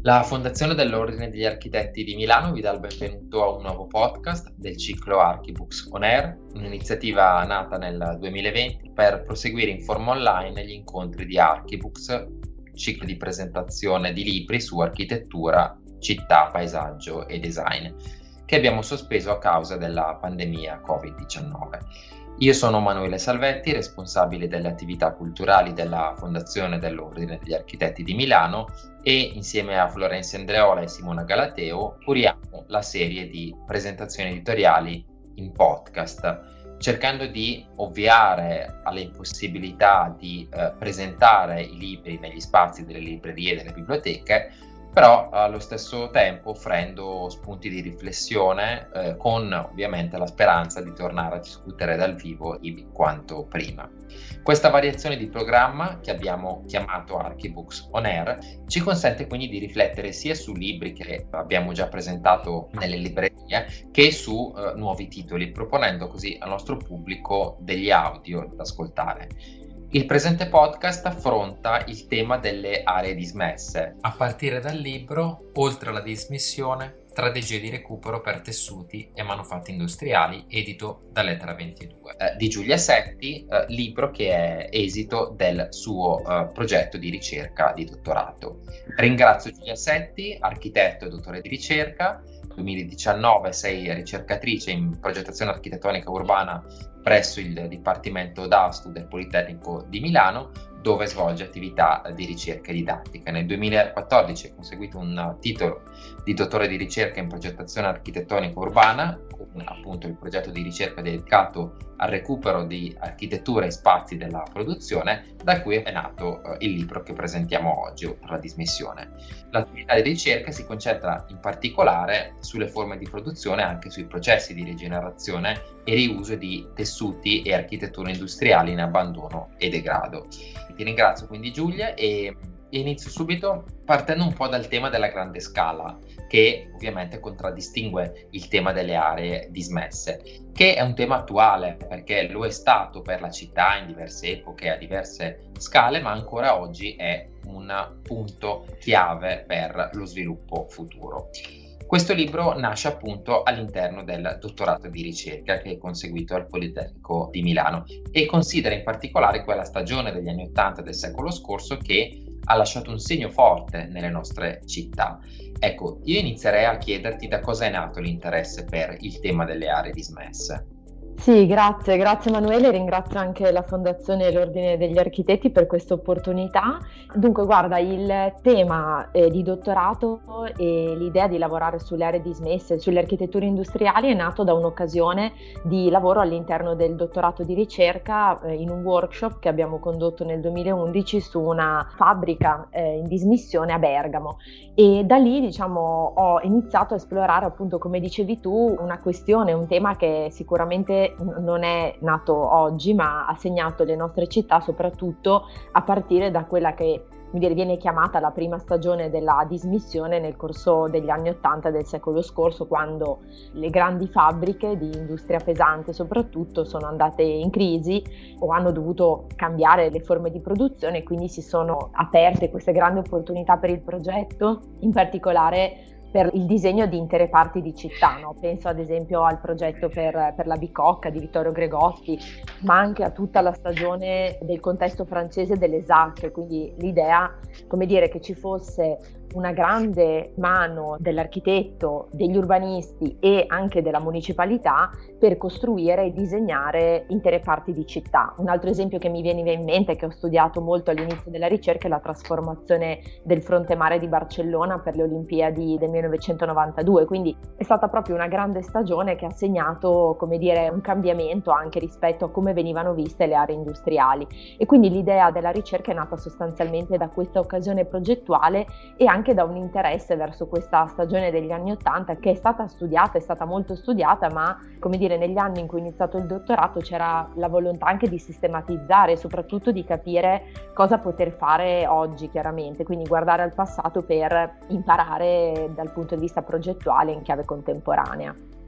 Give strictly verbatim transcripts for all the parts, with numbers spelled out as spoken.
La Fondazione dell'Ordine degli Architetti di Milano vi dà il benvenuto a un nuovo podcast del ciclo Archibooks On Air, un'iniziativa nata nel duemilaventi per proseguire in forma online gli incontri di Archibooks, ciclo di presentazione di libri su architettura, città, paesaggio e design, che abbiamo sospeso a causa della pandemia covid diciannove. Io sono Manuele Salvetti, responsabile delle attività culturali della Fondazione dell'Ordine degli Architetti di Milano e insieme a Florencia Andreola e Simona Galateo curiamo la serie di presentazioni editoriali in podcast, cercando di ovviare alle impossibilità di eh, presentare i libri negli spazi delle librerie e delle biblioteche, però allo stesso tempo offrendo spunti di riflessione eh, con ovviamente la speranza di tornare a discutere dal vivo quanto prima. Questa variazione di programma, che abbiamo chiamato Archibooks On Air, ci consente quindi di riflettere sia su libri che abbiamo già presentato nelle librerie che su eh, nuovi titoli, proponendo così al nostro pubblico degli audio da ascoltare. Il presente podcast affronta il tema delle aree dismesse, a partire dal libro Oltre la dismissione, strategie di recupero per tessuti e manufatti industriali, edito da Lettera ventidue, eh, di Giulia Setti, eh, libro che è esito del suo eh, progetto di ricerca di dottorato. Ringrazio Giulia Setti, architetto e dottore di ricerca. duemiladiciannove sei ricercatrice in progettazione architettonica urbana presso il Dipartimento d'Astu del Politecnico di Milano, dove svolge attività di ricerca e didattica. Nel duemilaquattordici ha conseguito un titolo di dottore di ricerca in progettazione architettonica urbana, con appunto il progetto di ricerca dedicato al recupero di architettura e spazi della produzione, da cui è nato eh, il libro che presentiamo oggi, Oltre la dismissione. L'attività di ricerca si concentra in particolare sulle forme di produzione, anche sui processi di rigenerazione e riuso di tessuti e architetture industriali in abbandono e degrado. Ti ringrazio quindi Giulia e inizio subito partendo un po' dal tema della grande scala, che ovviamente contraddistingue il tema delle aree dismesse, che è un tema attuale perché lo è stato per la città in diverse epoche, a diverse scale, ma ancora oggi è un punto chiave per lo sviluppo futuro. Questo libro nasce appunto all'interno del dottorato di ricerca che è conseguito al Politecnico di Milano e considera in particolare quella stagione degli anni Ottanta del secolo scorso che ha lasciato un segno forte nelle nostre città. Ecco, io inizierei a chiederti da cosa è nato l'interesse per il tema delle aree dismesse. Sì, grazie, grazie Emanuele, ringrazio anche la Fondazione e l'Ordine degli Architetti per questa opportunità. Dunque, guarda, il tema eh, di dottorato e l'idea di lavorare sulle aree dismesse, sulle architetture industriali è nato da un'occasione di lavoro all'interno del dottorato di ricerca eh, in un workshop che abbiamo condotto nel duemilaundici su una fabbrica eh, in dismissione a Bergamo e da lì, diciamo, ho iniziato a esplorare appunto, come dicevi tu, una questione, un tema che sicuramente non è nato oggi, ma ha segnato le nostre città soprattutto a partire da quella che come dire, viene chiamata la prima stagione della dismissione nel corso degli anni Ottanta del secolo scorso, quando le grandi fabbriche di industria pesante soprattutto sono andate in crisi o hanno dovuto cambiare le forme di produzione e quindi si sono aperte queste grandi opportunità per il progetto, in particolare per il disegno di intere parti di città, no? Penso ad esempio al progetto per, per la Bicocca di Vittorio Gregoschi, ma anche a tutta la stagione del contesto francese delle S A C, quindi l'idea, come dire, che ci fosse una grande mano dell'architetto, degli urbanisti e anche della municipalità per costruire e disegnare intere parti di città. Un altro esempio che mi viene in mente, che ho studiato molto all'inizio della ricerca, è la trasformazione del fronte mare di Barcellona per le Olimpiadi del millenovecentonovantadue, quindi è stata proprio una grande stagione che ha segnato, come dire, un cambiamento anche rispetto a come venivano viste le aree industriali e quindi l'idea della ricerca è nata sostanzialmente da questa occasione progettuale e anche da un interesse verso questa stagione degli anni Ottanta che è stata studiata, è stata molto studiata, ma come dire negli anni in cui ho iniziato il dottorato c'era la volontà anche di sistematizzare e soprattutto di capire cosa poter fare oggi chiaramente, quindi guardare al passato per imparare dal punto di vista progettuale in chiave contemporanea.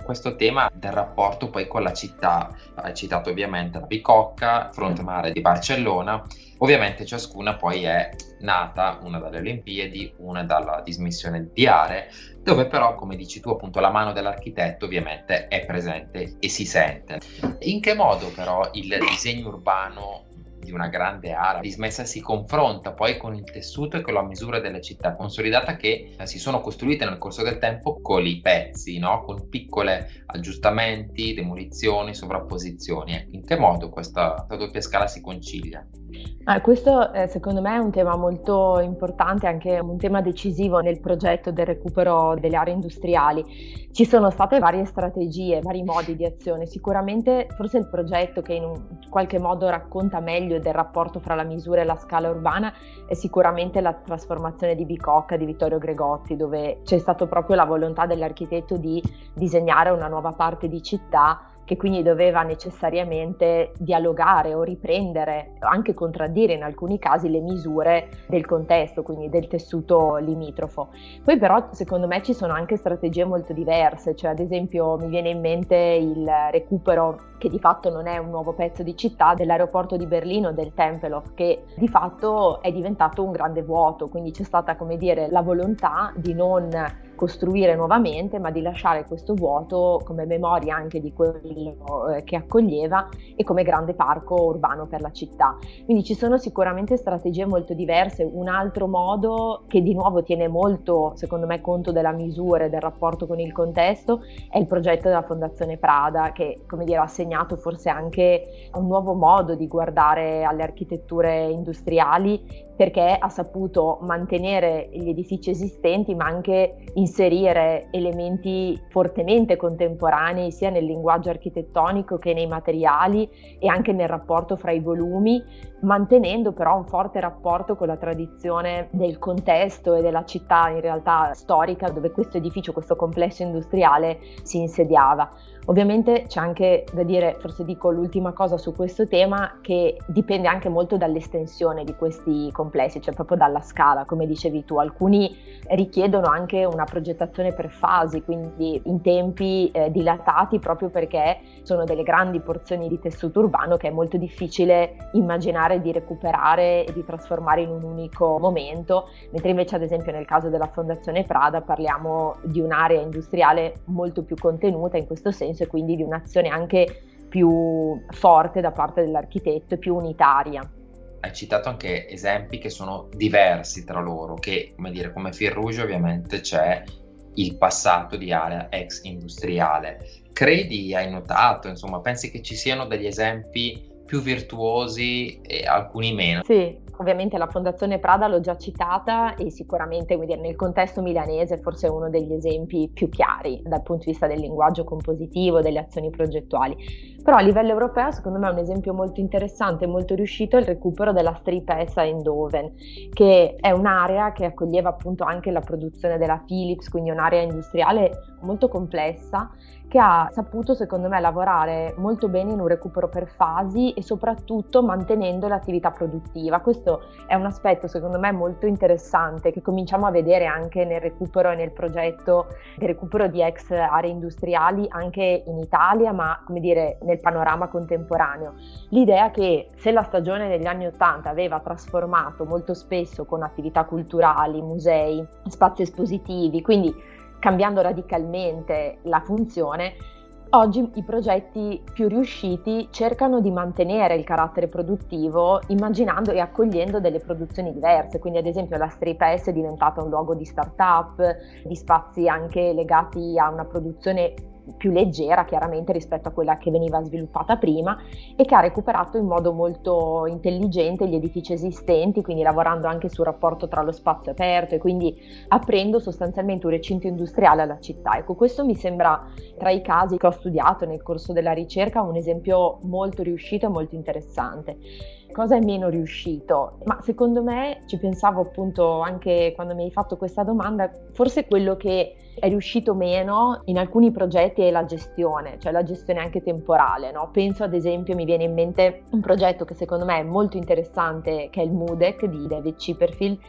questo tema del rapporto poi con la città. Hai citato ovviamente la Bicocca, fronte mare di Barcellona. Ovviamente ciascuna poi è nata, una dalle Olimpiadi, una dalla dismissione di Are, dove però, come dici tu, appunto la mano dell'architetto ovviamente è presente e si sente. In che modo però il disegno urbano di una grande area dismessa si confronta poi con il tessuto e con la misura delle città consolidata che eh, si sono costruite nel corso del tempo con i pezzi, no? Con piccoli aggiustamenti, demolizioni, sovrapposizioni. In che modo questa, questa doppia scala si concilia? Ah, questo eh, secondo me è un tema molto importante, anche un tema decisivo nel progetto del recupero delle aree industriali. Ci sono state varie strategie, vari modi di azione. Sicuramente forse il progetto che in un qualche modo racconta meglio del rapporto fra la misura e la scala urbana è sicuramente la trasformazione di Bicocca di Vittorio Gregotti, dove c'è stata proprio la volontà dell'architetto di disegnare una nuova parte di città che quindi doveva necessariamente dialogare o riprendere, anche contraddire in alcuni casi le misure del contesto, quindi del tessuto limitrofo. Poi però secondo me ci sono anche strategie molto diverse, cioè ad esempio mi viene in mente il recupero, che di fatto non è un nuovo pezzo di città, dell'aeroporto di Berlino, del Tempelhof, che di fatto è diventato un grande vuoto, quindi c'è stata, come dire, la volontà di non costruire nuovamente, ma di lasciare questo vuoto come memoria anche di quello eh, che accoglieva e come grande parco urbano per la città. Quindi ci sono sicuramente strategie molto diverse. Un altro modo che di nuovo tiene molto, secondo me, conto della misura e del rapporto con il contesto è il progetto della Fondazione Prada, che, come dire, ha segnato forse anche un nuovo modo di guardare alle architetture industriali, perché ha saputo mantenere gli edifici esistenti ma anche inserire elementi fortemente contemporanei sia nel linguaggio architettonico che nei materiali e anche nel rapporto fra i volumi, mantenendo però un forte rapporto con la tradizione del contesto e della città in realtà storica dove questo edificio, questo complesso industriale si insediava. Ovviamente c'è anche da dire, forse dico l'ultima cosa su questo tema, che dipende anche molto dall'estensione di questi complessi, cioè proprio dalla scala, come dicevi tu. Alcuni richiedono anche una progettazione per fasi, quindi in tempi eh, dilatati, proprio perché sono delle grandi porzioni di tessuto urbano che è molto difficile immaginare di recuperare e di trasformare in un unico momento, mentre invece ad esempio nel caso della Fondazione Prada parliamo di un'area industriale molto più contenuta in questo senso, e quindi di un'azione anche più forte da parte dell'architetto e più unitaria. Hai citato anche esempi che sono diversi tra loro, che, come dire, come fil rouge ovviamente c'è il passato di area ex industriale. Credi, hai notato, insomma, pensi che ci siano degli esempi più virtuosi e alcuni meno? Sì, ovviamente la Fondazione Prada l'ho già citata e sicuramente, come dire, nel contesto milanese forse è uno degli esempi più chiari dal punto di vista del linguaggio compositivo, delle azioni progettuali. Però a livello europeo secondo me è un esempio molto interessante e molto riuscito il recupero della Strip S a Eindhoven, che è un'area che accoglieva appunto anche la produzione della Philips, quindi un'area industriale molto complessa, che ha saputo secondo me lavorare molto bene in un recupero per fasi e soprattutto mantenendo l'attività produttiva. Questo è un aspetto secondo me molto interessante che cominciamo a vedere anche nel recupero e nel progetto del recupero di ex aree industriali anche in Italia, ma come dire nel panorama contemporaneo. L'idea che se la stagione degli anni Ottanta aveva trasformato molto spesso con attività culturali, musei, spazi espositivi, quindi cambiando radicalmente la funzione, oggi i progetti più riusciti cercano di mantenere il carattere produttivo immaginando e accogliendo delle produzioni diverse, quindi ad esempio la Strip S è diventata un luogo di start-up, di spazi anche legati a una produzione più leggera chiaramente rispetto a quella che veniva sviluppata prima e che ha recuperato in modo molto intelligente gli edifici esistenti, quindi lavorando anche sul rapporto tra lo spazio aperto e quindi aprendo sostanzialmente un recinto industriale alla città. Ecco, questo mi sembra tra i casi che ho studiato nel corso della ricerca un esempio molto riuscito e molto interessante. Cosa è meno riuscito? Ma secondo me, ci pensavo appunto anche quando mi hai fatto questa domanda, forse quello che è riuscito meno in alcuni progetti è la gestione, cioè la gestione anche temporale, no? Penso ad esempio, mi viene in mente un progetto che secondo me è molto interessante, che è il MUDEC di David Chipperfield,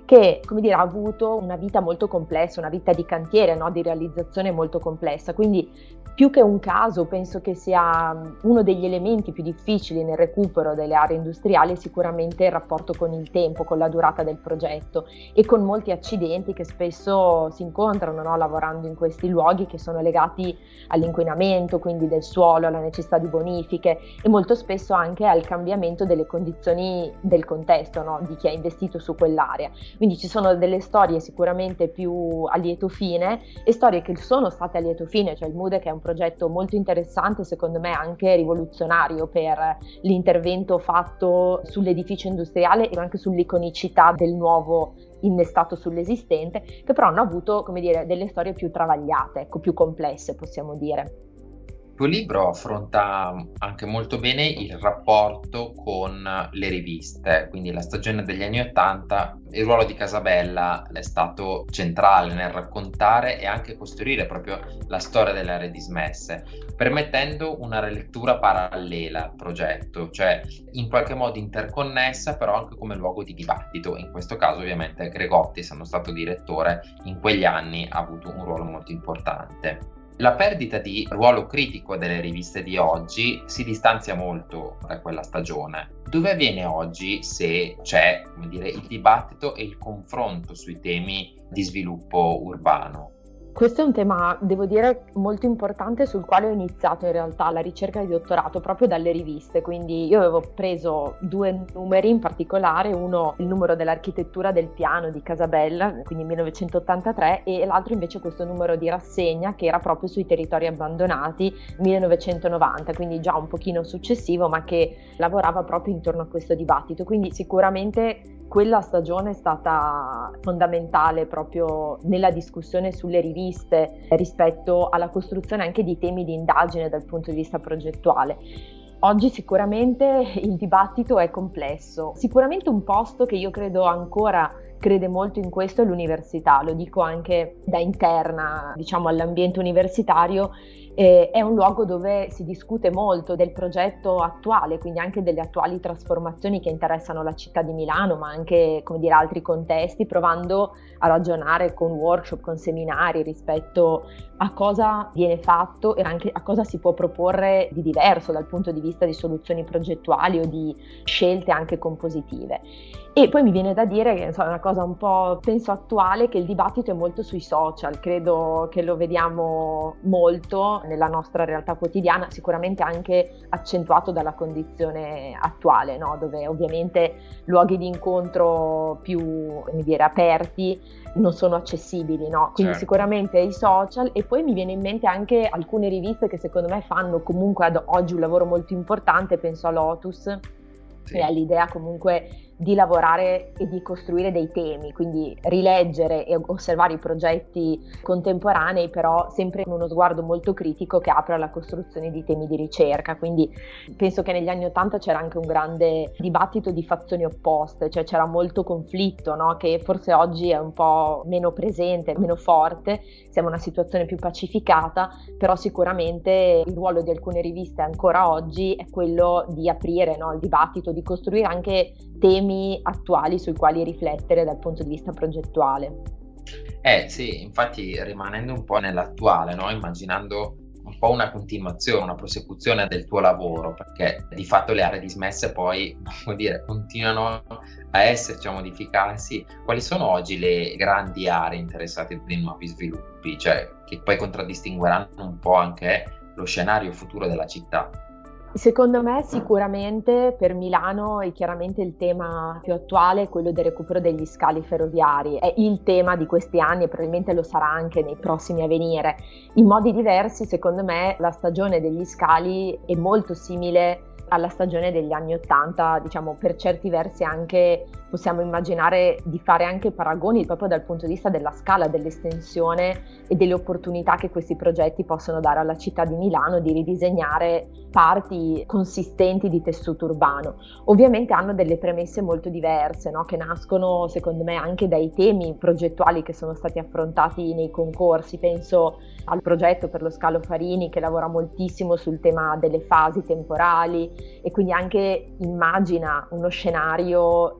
che, come dire, ha avuto una vita molto complessa, una vita di cantiere, no? Di realizzazione molto complessa. Quindi più che un caso, penso che sia uno degli elementi più difficili nel recupero delle aree industriali sicuramente il rapporto con il tempo, con la durata del progetto e con molti accidenti che spesso si incontrano, no? Lavorando in questi luoghi, che sono legati all'inquinamento, quindi del suolo, alla necessità di bonifiche e molto spesso anche al cambiamento delle condizioni del contesto, no? Di chi ha investito su quell'area. Quindi ci sono delle storie sicuramente più a lieto fine e storie che sono state a lieto fine, cioè il MUDE, che è un progetto molto interessante, secondo me anche rivoluzionario per l'intervento fatto sull'edificio industriale e anche sull'iconicità del nuovo innestato sull'esistente, che però hanno avuto, come dire, delle storie più travagliate, ecco, più complesse, possiamo dire. Il tuo libro affronta anche molto bene il rapporto con le riviste, quindi la stagione degli anni Ottanta. Il ruolo di Casabella è stato centrale nel raccontare e anche costruire proprio la storia delle aree dismesse, permettendo una rilettura parallela al progetto, cioè in qualche modo interconnessa, però anche come luogo di dibattito. In questo caso ovviamente Gregotti, essendo stato direttore in quegli anni, ha avuto un ruolo molto importante. La perdita di ruolo critico delle riviste di oggi si distanzia molto da quella stagione. Dove avviene oggi, se c'è, come dire, il dibattito e il confronto sui temi di sviluppo urbano? Questo è un tema, devo dire, molto importante, sul quale ho iniziato in realtà la ricerca di dottorato proprio dalle riviste. Quindi io avevo preso due numeri in particolare, uno il numero dell'architettura del piano di Casabella, quindi millenovecentottantatré, e l'altro invece questo numero di rassegna che era proprio sui territori abbandonati, millenovecentonovanta, quindi già un pochino successivo, ma che lavorava proprio intorno a questo dibattito. Quindi sicuramente quella stagione è stata fondamentale proprio nella discussione sulle riviste rispetto alla costruzione anche di temi di indagine dal punto di vista progettuale. Oggi sicuramente il dibattito è complesso. Sicuramente un posto che io credo ancora crede molto in questo è l'università, lo dico anche da interna, diciamo, all'ambiente universitario. Eh, è un luogo dove si discute molto del progetto attuale, quindi anche delle attuali trasformazioni che interessano la città di Milano, ma anche, come dire, altri contesti, provando a ragionare con workshop, con seminari rispetto a cosa viene fatto e anche a cosa si può proporre di diverso dal punto di vista di soluzioni progettuali o di scelte anche compositive. E poi mi viene da dire che, insomma, è una cosa un po', penso, attuale, che il dibattito è molto sui social. Credo che lo vediamo molto nella nostra realtà quotidiana, sicuramente anche accentuato dalla condizione attuale, no? Dove ovviamente luoghi di incontro più, come dire, aperti non sono accessibili, no? Quindi certo, sicuramente i social. E poi mi viene in mente anche alcune riviste che secondo me fanno comunque ad oggi un lavoro molto importante, penso a Lotus, sì, e all'idea comunque di lavorare e di costruire dei temi, quindi rileggere e osservare i progetti contemporanei, però sempre con uno sguardo molto critico che apre alla costruzione di temi di ricerca. Quindi penso che negli anni Ottanta c'era anche un grande dibattito di fazioni opposte, cioè c'era molto conflitto, no? Che forse oggi è un po' meno presente, meno forte, siamo in una situazione più pacificata, però sicuramente il ruolo di alcune riviste ancora oggi è quello di aprire, no, il dibattito, di costruire anche temi attuali sui quali riflettere dal punto di vista progettuale. Eh sì, infatti rimanendo un po' nell'attuale, no? Immaginando un po' una continuazione, una prosecuzione del tuo lavoro, perché di fatto le aree dismesse poi, vuol dire, continuano a esserci, a modificarsi. Quali sono oggi le grandi aree interessate dai nuovi sviluppi, cioè che poi contraddistingueranno un po' anche lo scenario futuro della città? Secondo me sicuramente per Milano è chiaramente il tema più attuale quello del recupero degli scali ferroviari. È il tema di questi anni e probabilmente lo sarà anche nei prossimi a venire. In modi diversi, secondo me, la stagione degli scali è molto simile alla stagione degli anni Ottanta, diciamo, per certi versi anche possiamo immaginare di fare anche paragoni proprio dal punto di vista della scala, dell'estensione e delle opportunità che questi progetti possono dare alla città di Milano di ridisegnare parti consistenti di tessuto urbano. Ovviamente hanno delle premesse molto diverse, no? Che nascono secondo me anche dai temi progettuali che sono stati affrontati nei concorsi. Penso al progetto per lo Scalo Farini, che lavora moltissimo sul tema delle fasi temporali e quindi anche immagina uno scenario di apertura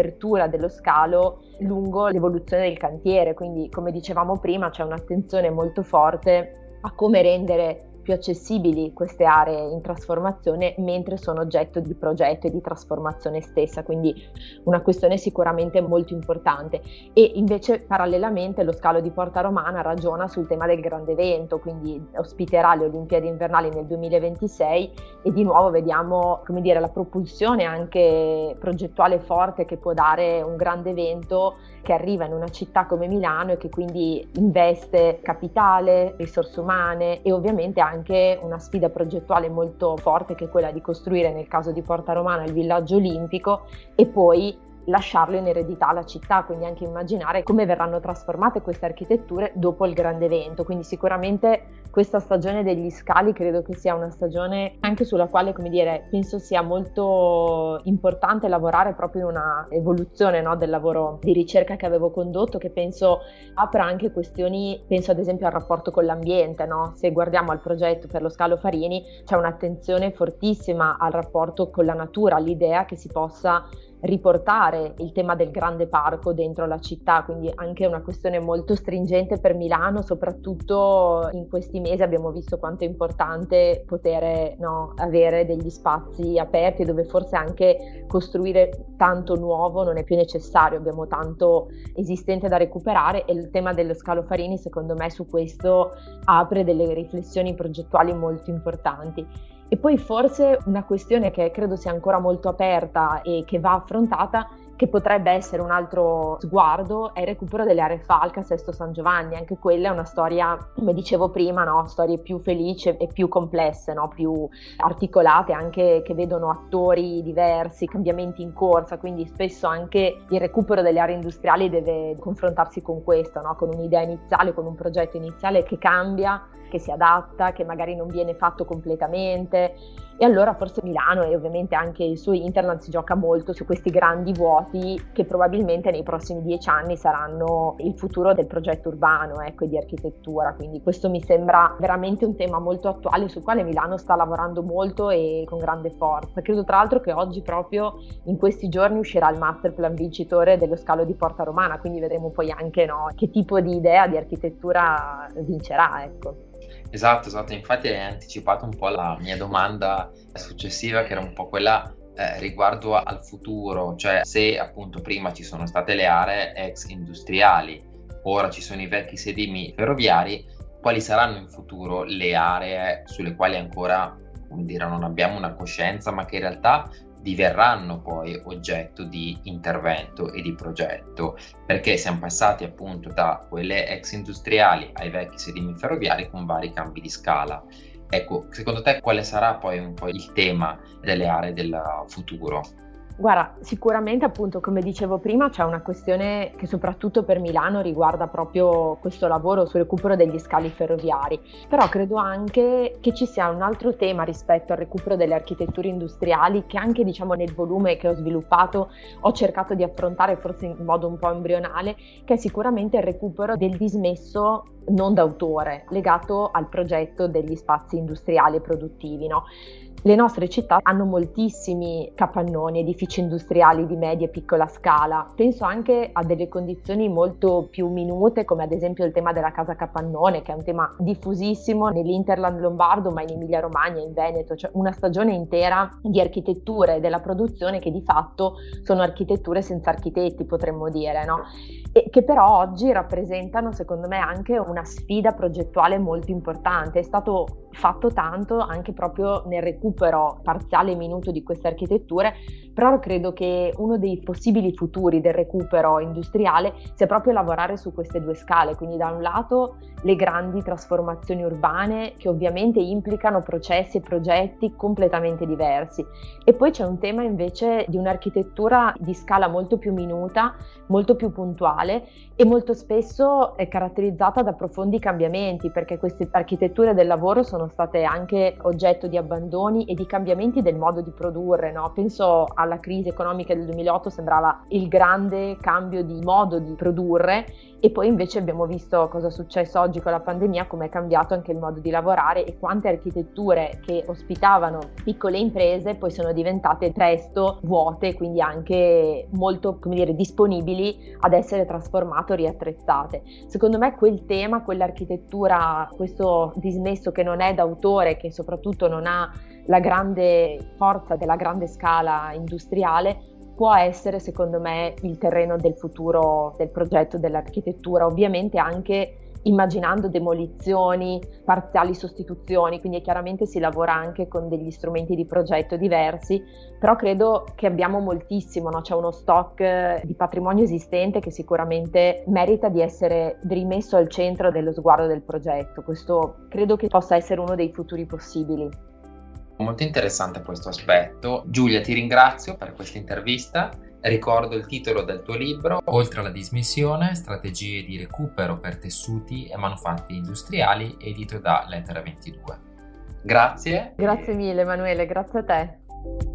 copertura dello scalo lungo l'evoluzione del cantiere, quindi come dicevamo prima c'è un'attenzione molto forte a come rendere più accessibili queste aree in trasformazione mentre sono oggetto di progetto e di trasformazione stessa, quindi una questione sicuramente molto importante. E invece parallelamente lo scalo di Porta Romana ragiona sul tema del grande evento, quindi ospiterà le Olimpiadi invernali nel duemilaventisei e di nuovo vediamo, come dire, la propulsione anche progettuale forte che può dare un grande evento che arriva in una città come Milano e che quindi investe capitale, risorse umane e ovviamente anche una sfida progettuale molto forte, che è quella di costruire, nel caso di Porta Romana, il villaggio olimpico e poi lasciarlo in eredità alla città, quindi anche immaginare come verranno trasformate queste architetture dopo il grande evento. Quindi sicuramente questa stagione degli scali credo che sia una stagione anche sulla quale, come dire, penso sia molto importante lavorare proprio in una evoluzione, no, del lavoro di ricerca che avevo condotto, che penso apra anche questioni, penso ad esempio al rapporto con l'ambiente, no? Se guardiamo al progetto per lo scalo Farini c'è un'attenzione fortissima al rapporto con la natura, all'idea che si possa riportare il tema del grande parco dentro la città, quindi anche una questione molto stringente per Milano. Soprattutto in questi mesi abbiamo visto quanto è importante poter, no, avere degli spazi aperti dove forse anche costruire tanto nuovo non è più necessario, abbiamo tanto esistente da recuperare, e il tema dello scalo Farini secondo me su questo apre delle riflessioni progettuali molto importanti. E poi forse una questione che credo sia ancora molto aperta e che va affrontata, che potrebbe essere un altro sguardo, è il recupero delle aree falche a Sesto San Giovanni. Anche quella è una storia, come dicevo prima, no? Storie più felici e più complesse, no? Più articolate, anche che vedono attori diversi, cambiamenti in corsa, quindi spesso anche il recupero delle aree industriali deve confrontarsi con questo, no? Con un'idea iniziale, con un progetto iniziale che cambia, che si adatta, che magari non viene fatto completamente. E allora forse Milano e ovviamente anche il suo Interland si gioca molto su questi grandi vuoti che probabilmente nei prossimi dieci anni saranno il futuro del progetto urbano, ecco, e di architettura. Quindi questo mi sembra veramente un tema molto attuale sul quale Milano sta lavorando molto e con grande forza. Credo tra l'altro che oggi, proprio in questi giorni, uscirà il master plan vincitore dello scalo di Porta Romana, quindi vedremo poi anche, no, che tipo di idea di architettura vincerà, ecco. Esatto, esatto, infatti hai anticipato un po' la mia domanda successiva, che era un po' quella eh, riguardo al futuro, cioè se appunto prima ci sono state le aree ex industriali, ora ci sono i vecchi sedimi ferroviari, quali saranno in futuro le aree sulle quali ancora, come dire, non abbiamo una coscienza, ma che in realtà diverranno poi oggetto di intervento e di progetto, perché siamo passati appunto da quelle ex industriali ai vecchi sedimi ferroviari con vari cambi di scala. Ecco, secondo te quale sarà poi un po' il tema delle aree del futuro? Guarda, sicuramente appunto come dicevo prima c'è una questione che soprattutto per Milano riguarda proprio questo lavoro sul recupero degli scali ferroviari, però credo anche che ci sia un altro tema rispetto al recupero delle architetture industriali che anche, diciamo, nel volume che ho sviluppato ho cercato di affrontare forse in modo un po' embrionale, che è sicuramente il recupero del dismesso non d'autore legato al progetto degli spazi industriali e produttivi, no? Le nostre città hanno moltissimi capannoni, edifici industriali di media e piccola scala. Penso anche a delle condizioni molto più minute, come ad esempio il tema della casa capannone, che è un tema diffusissimo nell'Interland lombardo, ma in Emilia Romagna, in Veneto, cioè una stagione intera di architetture della produzione che di fatto sono architetture senza architetti, potremmo dire, no? E che però oggi rappresentano, secondo me, anche una sfida progettuale molto importante. È stato fatto tanto anche proprio nel recupero parziale e minuto di queste architetture, però credo che uno dei possibili futuri del recupero industriale sia proprio lavorare su queste due scale, quindi da un lato le grandi trasformazioni urbane che ovviamente implicano processi e progetti completamente diversi, e poi c'è un tema invece di un'architettura di scala molto più minuta, molto più puntuale e molto spesso è caratterizzata da profondi cambiamenti, perché queste architetture del lavoro sono state anche oggetto di abbandoni e di cambiamenti del modo di produrre, no? Penso alla crisi economica del duemilaotto, sembrava il grande cambio di modo di produrre, e poi invece abbiamo visto cosa è successo oggi con la pandemia, come è cambiato anche il modo di lavorare, e quante architetture che ospitavano piccole imprese poi sono diventate presto vuote, quindi anche molto, come dire, disponibili ad essere trasformate o riattrezzate. Secondo me quel tema, quell'architettura, questo dismesso che non è d'autore, che soprattutto non ha la grande forza della grande scala industriale, può essere secondo me il terreno del futuro del progetto dell'architettura, ovviamente anche immaginando demolizioni, parziali sostituzioni, quindi chiaramente si lavora anche con degli strumenti di progetto diversi, però credo che abbiamo moltissimo, no? C'è uno stock di patrimonio esistente che sicuramente merita di essere rimesso al centro dello sguardo del progetto. Questo credo che possa essere uno dei futuri possibili. Molto interessante questo aspetto. Giulia, ti ringrazio per questa intervista. Ricordo il titolo del tuo libro: Oltre alla dismissione, strategie di recupero per tessuti e manufatti industriali, edito da Lettera ventidue. Grazie. Grazie mille Emanuele, grazie a te.